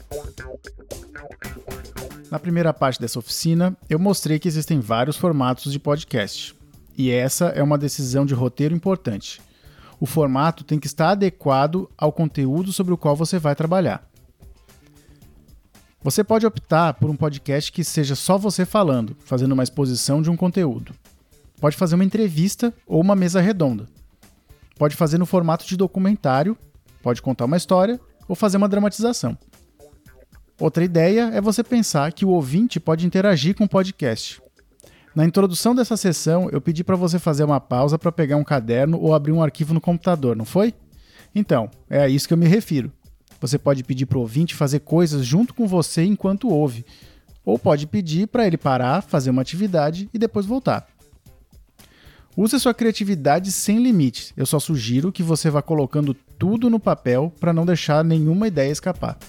Na primeira parte dessa oficina, eu mostrei que existem vários formatos de podcast. E essa é uma decisão de roteiro importante. O formato tem que estar adequado ao conteúdo sobre o qual você vai trabalhar. Você pode optar por um podcast que seja só você falando, fazendo uma exposição de um conteúdo. Pode fazer uma entrevista ou uma mesa redonda. Pode fazer no formato de documentário, pode contar uma história ou fazer uma dramatização. Outra ideia é você pensar que o ouvinte pode interagir com o podcast. Na introdução dessa sessão, eu pedi para você fazer uma pausa para pegar um caderno ou abrir um arquivo no computador, não foi? Então, é a isso que eu me refiro. Você pode pedir para o ouvinte fazer coisas junto com você enquanto ouve, ou pode pedir para ele parar, fazer uma atividade e depois voltar. Use sua criatividade sem limites. Eu só sugiro que você vá colocando tudo no papel para não deixar nenhuma ideia escapar.